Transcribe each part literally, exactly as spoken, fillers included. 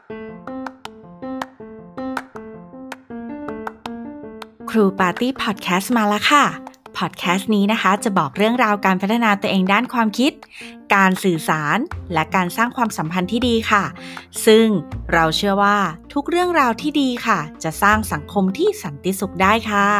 ครูปาร์ตี้พอดแคสต์มาแล้วค่ะพอดแคสต์นี้นะคะจะบอกเรื่องราวการพัฒนาตัวเองด้านความคิดการสื่อสารและการสร้างความสัมพันธ์ที่ดีค่ะซึ่งเราเชื่อว่าทุกเรื่องราวที่ดีค่ะจะสร้างสังคมที่สันติสุขได้ค่ะ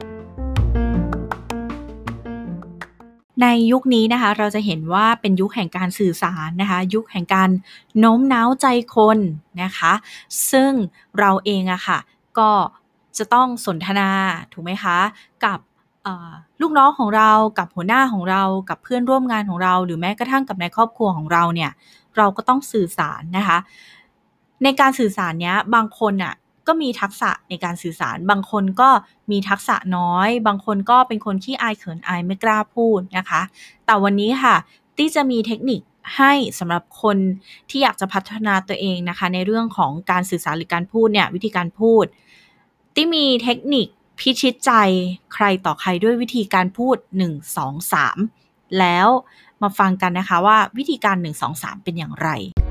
ในยุคนี้นะคะเราจะเห็นว่าเป็นยุคแห่งการสื่อสารนะคะยุคแห่งการโน้มน้าวใจคนนะคะซึ่งเราเองอะค่ะก็จะต้องสนทนาถูกไหมคะกับลูกน้องของเรากับหัวหน้าของเรากับเพื่อนร่วมงานของเราหรือแม้กระทั่งกับในครอบครัวของเราเนี่ยเราก็ต้องสื่อสารนะคะในการสื่อสารเนี้ยบางคนอะก็มีทักษะในการสื่อสารบางคนก็มีทักษะน้อยบางคนก็เป็นคนขี้อายเขินอายไม่กล้าพูดนะคะแต่วันนี้ค่ะตี้จะมีเทคนิคให้สำหรับคนที่อยากจะพัฒนาตัวเองนะคะในเรื่องของการสื่อสารหรือการพูดเนี่ยวิธีการพูดตี้มีเทคนิคพิชิตใจใครต่อใครด้วยวิธีการพูดหนึ่ง สอง สามแล้วมาฟังกันนะคะว่าวิธีการหนึ่ง สอง สามเป็นอย่างไร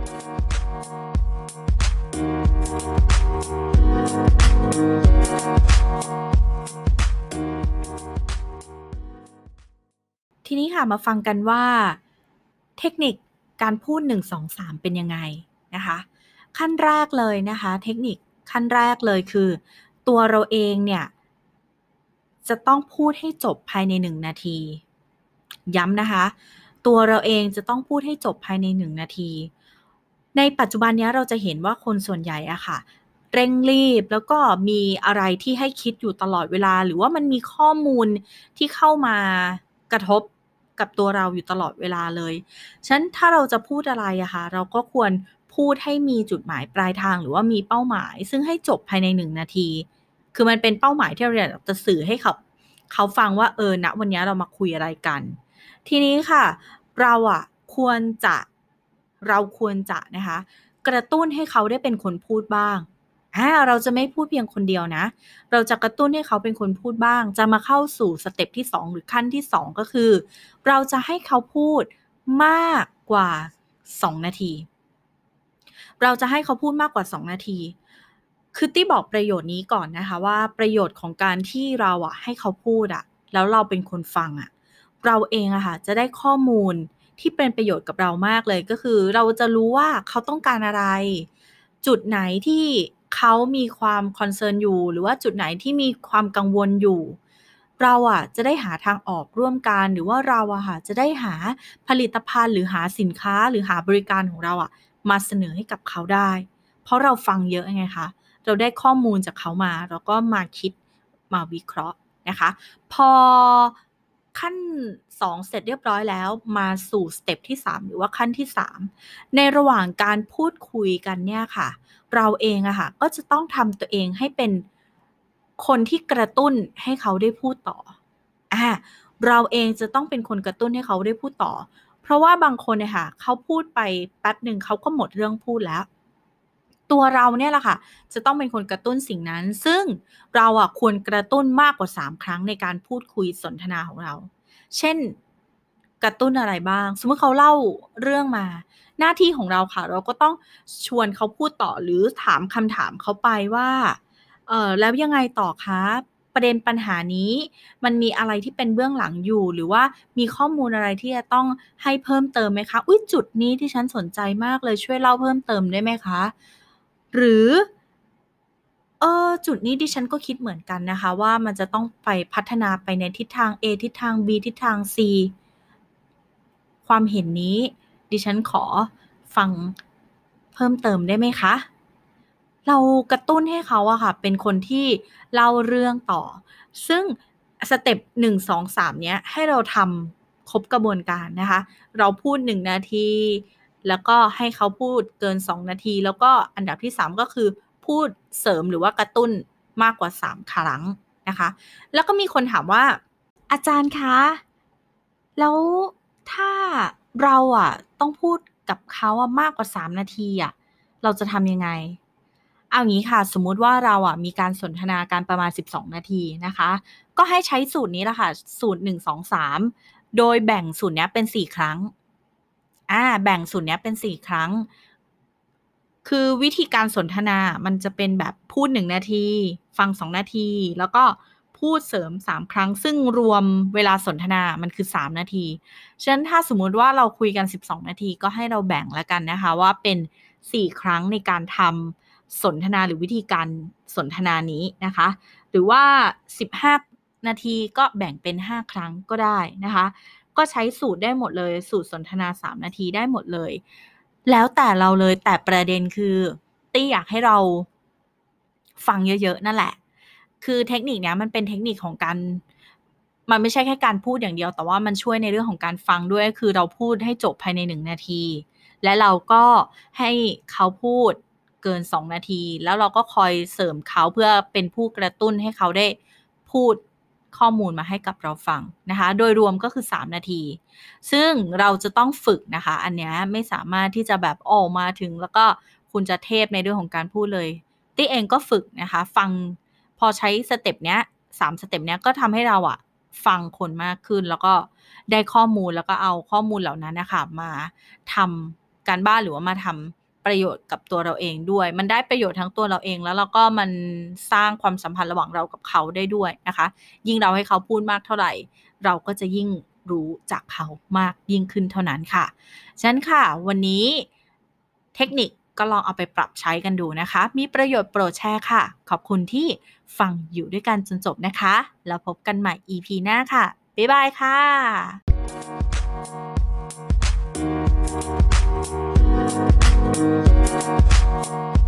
ทีนี้ค่ะมาฟังกันว่าเทคนิคการพูดหนึ่ง สอง สามเป็นยังไงนะคะขั้นแรกเลยนะคะเทคนิคขั้นแรกเลยคือตัวเราเองเนี่ยจะต้องพูดให้จบภายในหนึ่งนาทีย้ำนะคะตัวเราเองจะต้องพูดให้จบภายในหนึ่งนาทีในปัจจุบันนี้เราจะเห็นว่าคนส่วนใหญ่อะค่ะเร่งรีบแล้วก็มีอะไรที่ให้คิดอยู่ตลอดเวลาหรือว่ามันมีข้อมูลที่เข้ามากระทบกับตัวเราอยู่ตลอดเวลาเลยฉะนั้นถ้าเราจะพูดอะไรอะค่ะเราก็ควรพูดให้มีจุดหมายปลายทางหรือว่ามีเป้าหมายซึ่งให้จบภายในหนึ่งนาทีคือมันเป็นเป้าหมายที่เราอยากจะสื่อให้เขาเขาฟังว่าเออณวันนี้เรามาคุยอะไรกันทีนี้ค่ะเราอะควรจะเราควรจะนะคะกระตุ้นให้เขาได้เป็นคนพูดบ้างอ่าเราจะไม่พูดเพียงคนเดียวนะเราจะกระตุ้นให้เขาเป็นคนพูดบ้างจะมาเข้าสู่สเต็ปที่สองหรือขั้นที่สองก็คือเราจะให้เขาพูดมากกว่าสองนาทีเราจะให้เขาพูดมากกว่าสองนาทีคือตี้บอกประโยชน์นี้ก่อนนะคะว่าประโยชน์ของการที่เราอะให้เขาพูดอะแล้วเราเป็นคนฟังอะเราเองอะค่ะจะได้ข้อมูลที่เป็นประโยชน์กับเรามากเลยก็คือเราจะรู้ว่าเขาต้องการอะไรจุดไหนที่เขามีความคอนเซิร์นอยู่หรือว่าจุดไหนที่มีความกังวลอยู่เราอะจะได้หาทางออกร่วมกันหรือว่าเราอะค่ะจะได้หาผลิตภัณฑ์หรือหาสินค้าหรือหาบริการของเราอะมาเสนอให้กับเขาได้เพราะเราฟังเยอะไงคะเราได้ข้อมูลจากเขามาเราก็มาคิดมาวิเคราะห์นะคะพอขั้นสองเสร็จเรียบร้อยแล้วมาสู่สเต็ปที่สามหรือว่าขั้นที่สามในระหว่างการพูดคุยกันเนี่ยค่ะเราเองอะค่ะก็จะต้องทำตัวเองให้เป็นคนที่กระตุ้นให้เขาได้พูดต่ออ่าเราเองจะต้องเป็นคนกระตุ้นให้เขาได้พูดต่อเพราะว่าบางคนเนี่ยค่ะเขาพูดไปแป๊บหนึ่งเขาก็หมดเรื่องพูดแล้วตัวเราเนี่ยแหละค่ะจะต้องเป็นคนกระตุ้นสิ่งนั้นซึ่งเราอะควรกระตุ้นมากกว่าสามครั้งในการพูดคุยสนทนาของเราเช่นกระตุ้นอะไรบ้างสมมุติเขาเล่าเรื่องมาหน้าที่ของเราค่ะเราก็ต้องชวนเขาพูดต่อหรือถามคำถามเขาไปว่าเอ่อแล้วยังไงต่อคะประเด็นปัญหานี้มันมีอะไรที่เป็นเบื้องหลังอยู่หรือว่ามีข้อมูลอะไรที่จะต้องให้เพิ่มเติมไหมคะอุ๊ยจุดนี้ดิฉันสนใจมากเลยช่วยเล่าเพิ่มเติมได้ไหมคะหรือเออจุดนี้ดิฉันก็คิดเหมือนกันนะคะว่ามันจะต้องไปพัฒนาไปในทิศทาง A ทิศทาง B ทิศทาง C ความเห็นนี้ดิฉันขอฟังเพิ่มเติมได้ไหมคะเรากระตุ้นให้เขาอะค่ะเป็นคนที่เล่าเรื่องต่อซึ่งสเต็ปหนึ่ง สอง สามเนี้ยให้เราทำครบกระบวนการนะคะเราพูดหนึ่งนาทีแล้วก็ให้เขาพูดเกินสองนาทีแล้วก็อันดับที่สามก็คือพูดเสริมหรือว่ากระตุ้นมากกว่าสามครั้งนะคะแล้วก็มีคนถามว่าอาจารย์คะแล้วถ้าเราอะต้องพูดกับเขาอะมากกว่าสามนาทีอะเราจะทำยังไงเอาอย่างงี้ค่ะสมมุติว่าเราอะมีการสนทนากันประมาณสิบสองนาทีนะคะก็ให้ใช้สูตรนี้แหละค่ะสูตรหนึ่ง สอง สามโดยแบ่งสูตรเนี้ยเป็นสี่ครั้งอาแบ่งสูตรเนี้ยเป็นสี่ครั้งคือวิธีการสนทนามันจะเป็นแบบพูดหนึ่งนาทีฟังสองนาทีแล้วก็พูดเสริมสามครั้งซึ่งรวมเวลาสนทนามันคือสามนาทีฉะนั้นถ้าสมมุติว่าเราคุยกันสิบสองนาทีก็ให้เราแบ่งแล้วกันนะคะว่าเป็นสี่ครั้งในการทำสนทนาหรือวิธีการสนทนานี้นะคะหรือว่าสิบห้านาทีก็แบ่งเป็นห้าครั้งก็ได้นะคะก็ใช้สูตรได้หมดเลยสูตรสนทนาสามนาทีได้หมดเลยแล้วแต่เราเลยแต่ประเด็นคือตี้อยากให้เราฟังเยอะๆนั่นแหละคือเทคนิคเนี้ยมันเป็นเทคนิคของการมันไม่ใช่แค่การพูดอย่างเดียวแต่ว่ามันช่วยในเรื่องของการฟังด้วยคือเราพูดให้จบภายในหนึ่งนาทีและเราก็ให้เขาพูดเกินสองนาทีแล้วเราก็คอยเสริมเขาเพื่อเป็นผู้กระตุ้นให้เขาได้พูดข้อมูลมาให้กับเราฟังนะคะโดยรวมก็คือสามนาทีซึ่งเราจะต้องฝึกนะคะอันเนี้ยไม่สามารถที่จะแบบออกมาถึงแล้วก็คุณจะเทพในเรื่องของการพูดเลยตี้เองก็ฝึกนะคะฟังพอใช้สเต็ปเนี้ยสามสเต็ปเนี้ยก็ทำให้เราอะฟังคนมากขึ้นแล้วก็ได้ข้อมูลแล้วก็เอาข้อมูลเหล่านั้นนะคะมาทำการบ้านหรือว่ามาทำประโยชน์กับตัวเราเองด้วยมันได้ประโยชน์ทั้งตัวเราเองแล้วเราก็มันสร้างความสัมพันธ์ระหว่างเรากับเขาได้ด้วยนะคะยิ่งเราให้เขาพูดมากเท่าไหร่เราก็จะยิ่งรู้จักเขามากยิ่งขึ้นเท่านั้นค่ะฉะนั้นค่ะวันนี้เทคนิคก็ลองเอาไปปรับใช้กันดูนะคะมีประโยชน์โปรดแชร์ค่ะขอบคุณที่ฟังอยู่ด้วยกันจนจบนะคะแล้วพบกันใหม่ อี พี หน้าค่ะบ๊ายบายค่ะ